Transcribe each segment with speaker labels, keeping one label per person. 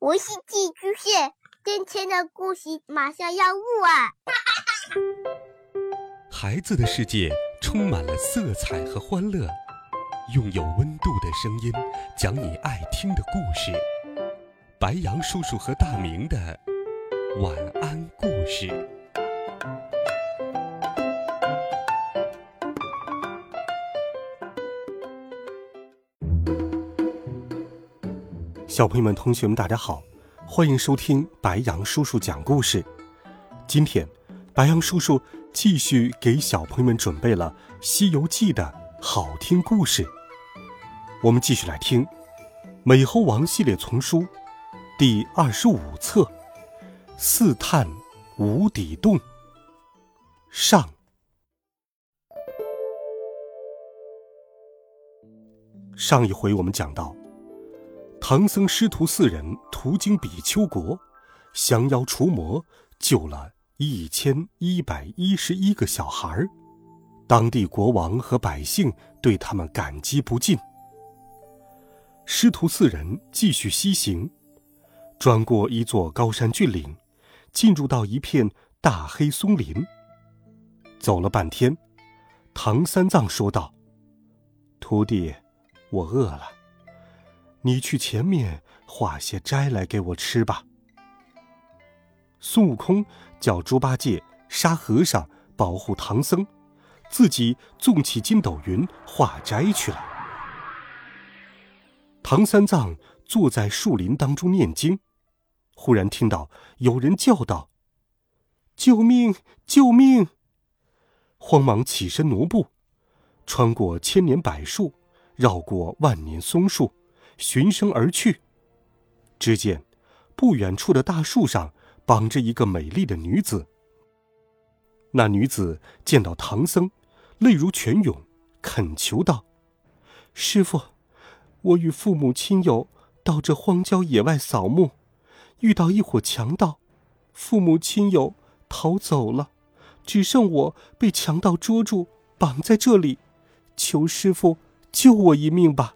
Speaker 1: 我是寄居蟹，今天的故事马上要录啊！
Speaker 2: 孩子的世界充满了色彩和欢乐，用有温度的声音讲你爱听的故事。白杨叔叔和大明的晚安故事。小朋友们、同学们，大家好，欢迎收听白杨叔叔讲故事。今天，白杨叔叔继续给小朋友们准备了《西游记》的好听故事。我们继续来听《美猴王》系列丛书第25册《四探无底洞》上。上一回我们讲到，唐僧师徒四人途经比丘国，降妖除魔，救了1111个小孩，当地国王和百姓对他们感激不尽。师徒四人继续西行，转过一座高山峻岭，进入到一片大黑松林。走了半天，唐三藏说道：“徒弟，我饿了，你去前面化些斋来给我吃吧。”孙悟空叫猪八戒、沙和尚保护唐僧，自己纵起筋斗云化斋去了。唐三藏坐在树林当中念经，忽然听到有人叫道：“救命！救命！”慌忙起身挪步，穿过千年柏树，绕过万年松树，循声而去。只见不远处的大树上绑着一个美丽的女子。那女子见到唐僧，泪如泉涌，恳求道：“师父，我与父母亲友到这荒郊野外扫墓，遇到一伙强盗，父母亲友逃走了，只剩我被强盗捉住，绑在这里，求师父救我一命吧。”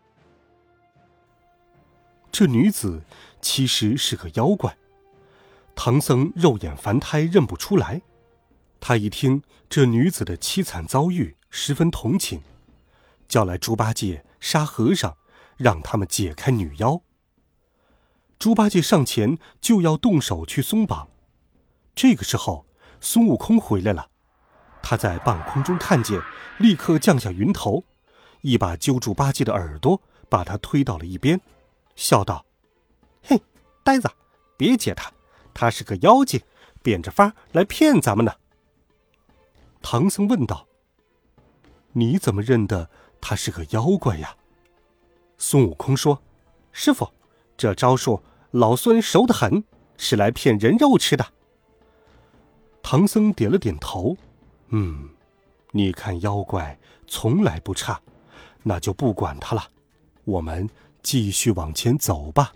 Speaker 2: 这女子其实是个妖怪，唐僧肉眼凡胎认不出来。他一听这女子的凄惨遭遇，十分同情，叫来猪八戒、沙和尚，让他们解开女妖。猪八戒上前就要动手去松绑，这个时候孙悟空回来了，他在半空中看见，立刻降下云头，一把揪住八戒的耳朵，把他推到了一边，笑道：“嘿，呆子，别解他，他是个妖精，变着法来骗咱们呢。”唐僧问道：“你怎么认得他是个妖怪呀？”孙悟空说：“师父，这招数老孙熟得很，是来骗人肉吃的。”唐僧点了点头：“你看妖怪从来不差，那就不管他了，我们继续往前走吧。”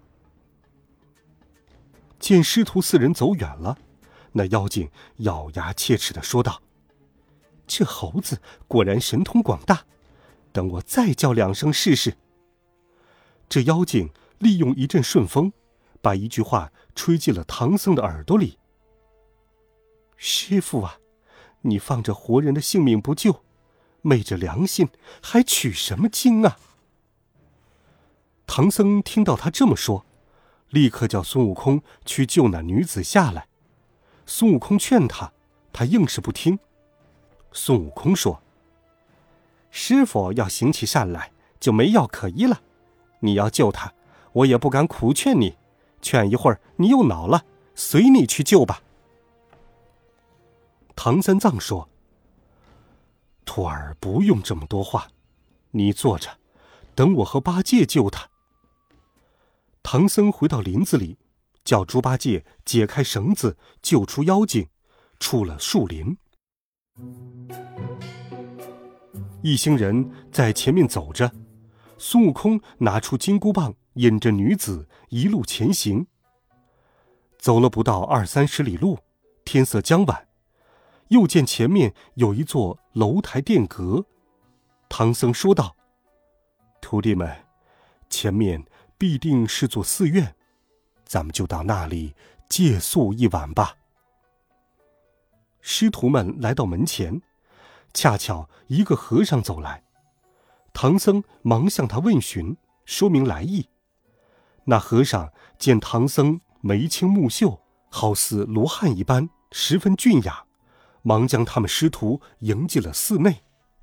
Speaker 2: 见师徒四人走远了，那妖精咬牙切齿地说道：“这猴子果然神通广大，等我再叫两声试试。”这妖精利用一阵顺风，把一句话吹进了唐僧的耳朵里：“师父啊，你放着活人的性命不救，昧着良心还取什么经啊？”唐僧听到他这么说，立刻叫孙悟空去救那女子下来。孙悟空劝他，他硬是不听。孙悟空说：“师父要行起善来，就没药可医了。你要救他，我也不敢苦劝你，劝一会儿你又恼了，随你去救吧。”唐三藏说：“徒儿不用这么多话，你坐着，等我和八戒救他。”唐僧回到林子里，叫猪八戒解开绳子，救出妖精，出了树林。一行人在前面走着，孙悟空拿出金箍棒，引着女子一路前行。走了不到20-30里路，天色将晚，又见前面有一座楼台殿阁。唐僧说道：“徒弟们，前面必定是座寺院， 咱们就到那里借宿一晚吧。”师徒们来到门前，恰巧一个和尚走来，唐僧忙向他问询，说明来意。那和尚见唐僧眉清目秀，好似罗汉一般，十分俊雅，忙将他们师徒迎进了寺内。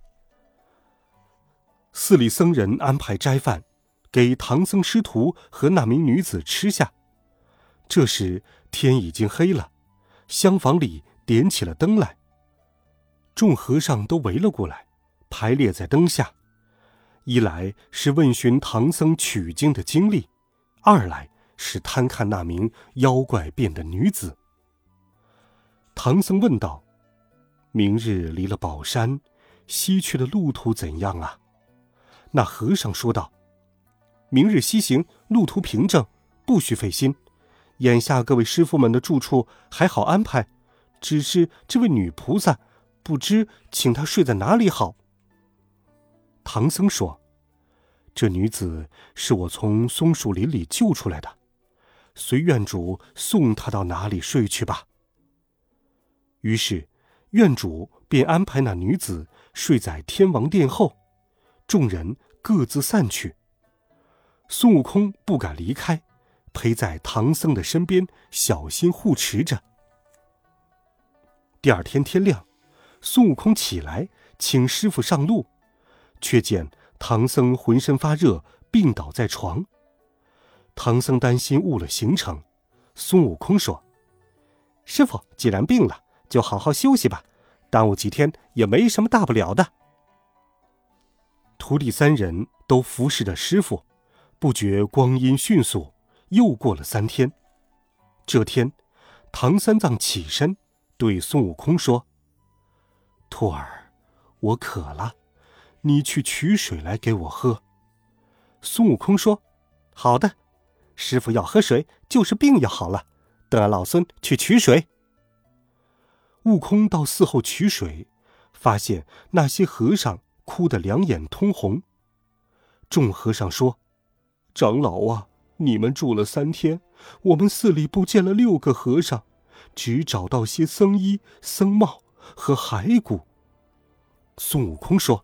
Speaker 2: 寺里僧人安排斋饭，给唐僧师徒和那名女子吃下。这时天已经黑了，厢房里点起了灯来。众和尚都围了过来，排列在灯下，一来是问询唐僧取经的经历，二来是贪看那名妖怪变的女子。唐僧问道：“明日离了宝山，西去的路途怎样啊？”那和尚说道：“明日西行，路途平正，不需费心。眼下各位师傅们的住处还好安排，只是这位女菩萨，不知请她睡在哪里好。”唐僧说：“这女子是我从松树林里救出来的，随院主送她到哪里睡去吧。”于是院主便安排那女子睡在天王殿后，众人各自散去。孙悟空不敢离开，陪在唐僧的身边，小心护持着。第二天天亮，孙悟空起来请师傅上路，却见唐僧浑身发热，病倒在床。唐僧担心误了行程，孙悟空说：“师傅既然病了，就好好休息吧，耽误几天也没什么大不了的。”徒弟三人都服侍着师傅，不觉光阴迅速，又过了3天。这天，唐三藏起身对孙悟空说：“徒儿，我渴了，你去取水来给我喝。”孙悟空说：“好的，师傅要喝水，就是病要好了，等俺老孙去取水。”悟空到寺后取水，发现那些和尚哭得两眼通红。众和尚说：“长老啊，你们住了3天，我们寺里不见了6个和尚，只找到些僧衣、僧帽和骸骨。”孙悟空说：“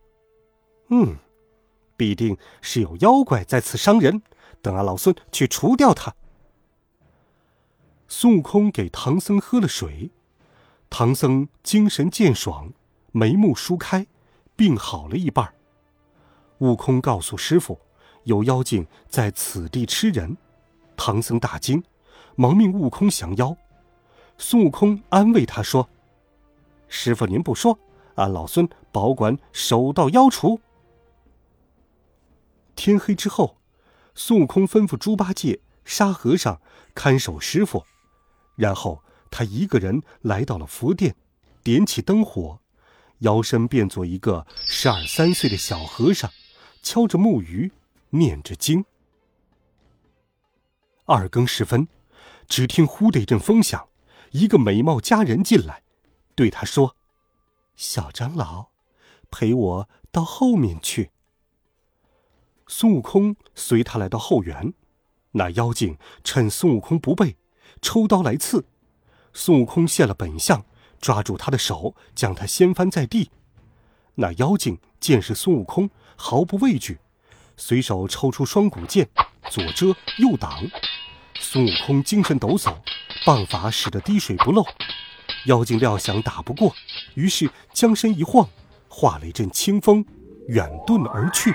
Speaker 2: 必定是有妖怪在此伤人，等俺老孙去除掉他。”孙悟空给唐僧喝了水，唐僧精神健爽，眉目舒开，病好了一半。悟空告诉师傅，有妖精在此地吃人。唐僧大惊，忙命悟空降妖。孙悟空安慰他说：“师傅您不说，俺老孙保管手到妖除。”天黑之后，孙悟空吩咐猪八戒、沙和尚看守师傅，然后他一个人来到了佛殿，点起灯火，摇身变作一个12、13岁的小和尚，敲着木鱼，念着经。2更时分，只听忽的一阵风响，一个美貌佳人进来，对他说：“小长老，陪我到后面去。”孙悟空随他来到后园，那妖精趁孙悟空不备，抽刀来刺。孙悟空现了本相，抓住他的手，将他掀翻在地。那妖精见是孙悟空，毫不畏惧，随手抽出双股剑，左遮右挡。孙悟空精神抖擞，棒法使得滴水不漏。妖精料想打不过，于是将身一晃，化了一阵清风，远遁而去。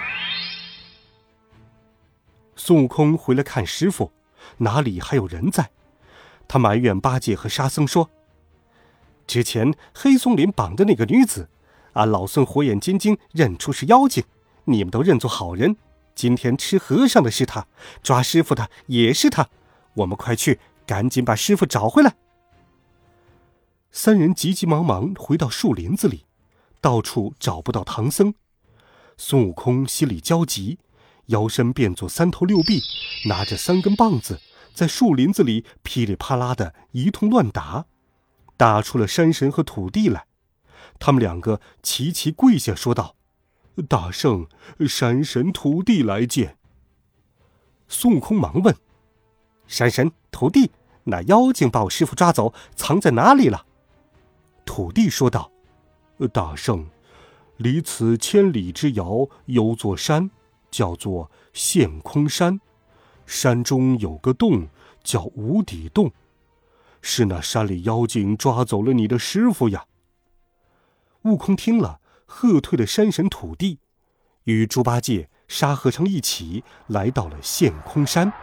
Speaker 2: 孙悟空回来看师傅，哪里还有人在？他埋怨八戒和沙僧说：“之前黑松林绑的那个女子，俺老孙火眼金睛认出是妖精，你们都认作好人。今天吃和尚的是他，抓师傅的也是他，我们快去，赶紧把师傅找回来。”3人急急忙忙回到树林子里，到处找不到唐僧。孙悟空心里焦急，摇身变作3头6臂，拿着3根棒子，在树林子里噼里啪啦的一通乱打，打出了山神和土地来。他们2个齐齐跪下说道：“大圣，山神土地来见。”孙悟空忙问：“ 山神、土地，那妖精把我师父抓走，藏在哪里了？土地说道：大圣，离此千里之遥有座山，叫做陷空山，山中有个洞叫无底洞，是那山里妖精抓走了你的师父呀。悟空听了，喝退了山神土地，与猪八戒、沙和尚一起来到了陷空山。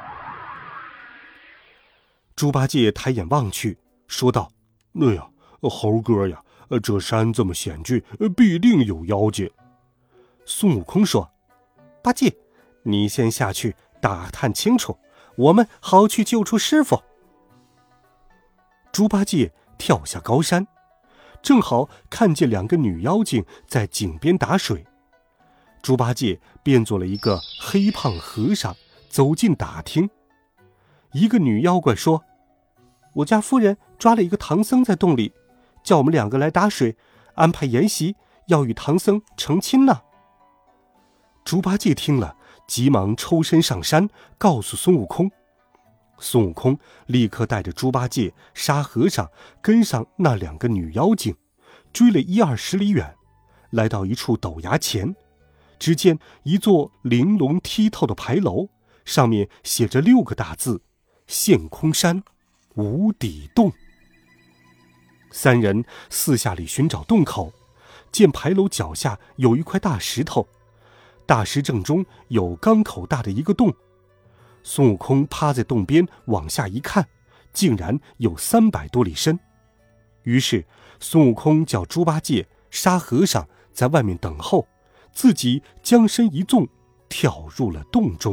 Speaker 2: 猪八戒抬眼望去，说道：哎呀，猴哥呀，这山这么险峻，必定有妖精。孙悟空说：八戒，你先下去打探清楚，我们好去救出师父。猪八戒跳下高山，正好看见两个女妖精在井边打水。猪八戒变做了一个黑胖和尚，走近打听。一个女妖怪说：我家夫人抓了一个唐僧在洞里，叫我们两个来打水，安排筵席，要与唐僧成亲呢。猪八戒听了，急忙抽身上山，告诉孙悟空。孙悟空立刻带着猪八戒、沙和尚跟上那两个女妖精，追了10-20里远，来到一处陡崖前，只见一座玲珑剔透的牌楼，上面写着6个大字：陷空山无底洞。三人四下里寻找洞口，见牌楼脚下有一块大石头，大石正中有缸口大的一个洞。孙悟空趴在洞边往下一看，竟然有300多里深。于是孙悟空叫猪八戒、沙和尚在外面等候，自己将身一纵，跳入了洞中。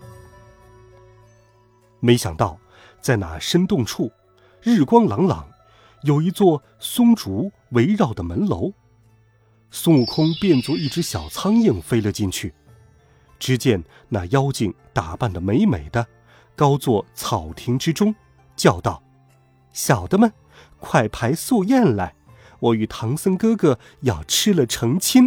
Speaker 2: 没想到在那深洞处，日光朗朗，有一座松竹围绕的门楼。孙悟空变作一只小苍蝇飞了进去，只见那妖精打扮得美美的，高坐草亭之中，叫道：小的们，快排素宴来，我与唐僧哥哥要吃了成亲。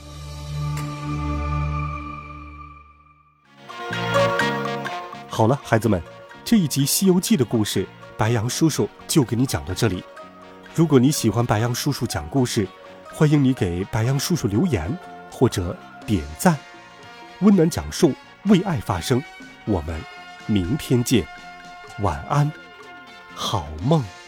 Speaker 2: 好了，孩子们，这一集《西游记》的故事，白羊叔叔就给你讲到这里。如果你喜欢白羊叔叔讲故事，欢迎你给白羊叔叔留言或者点赞。温暖讲述，为爱发声。我们明天见，晚安，好梦。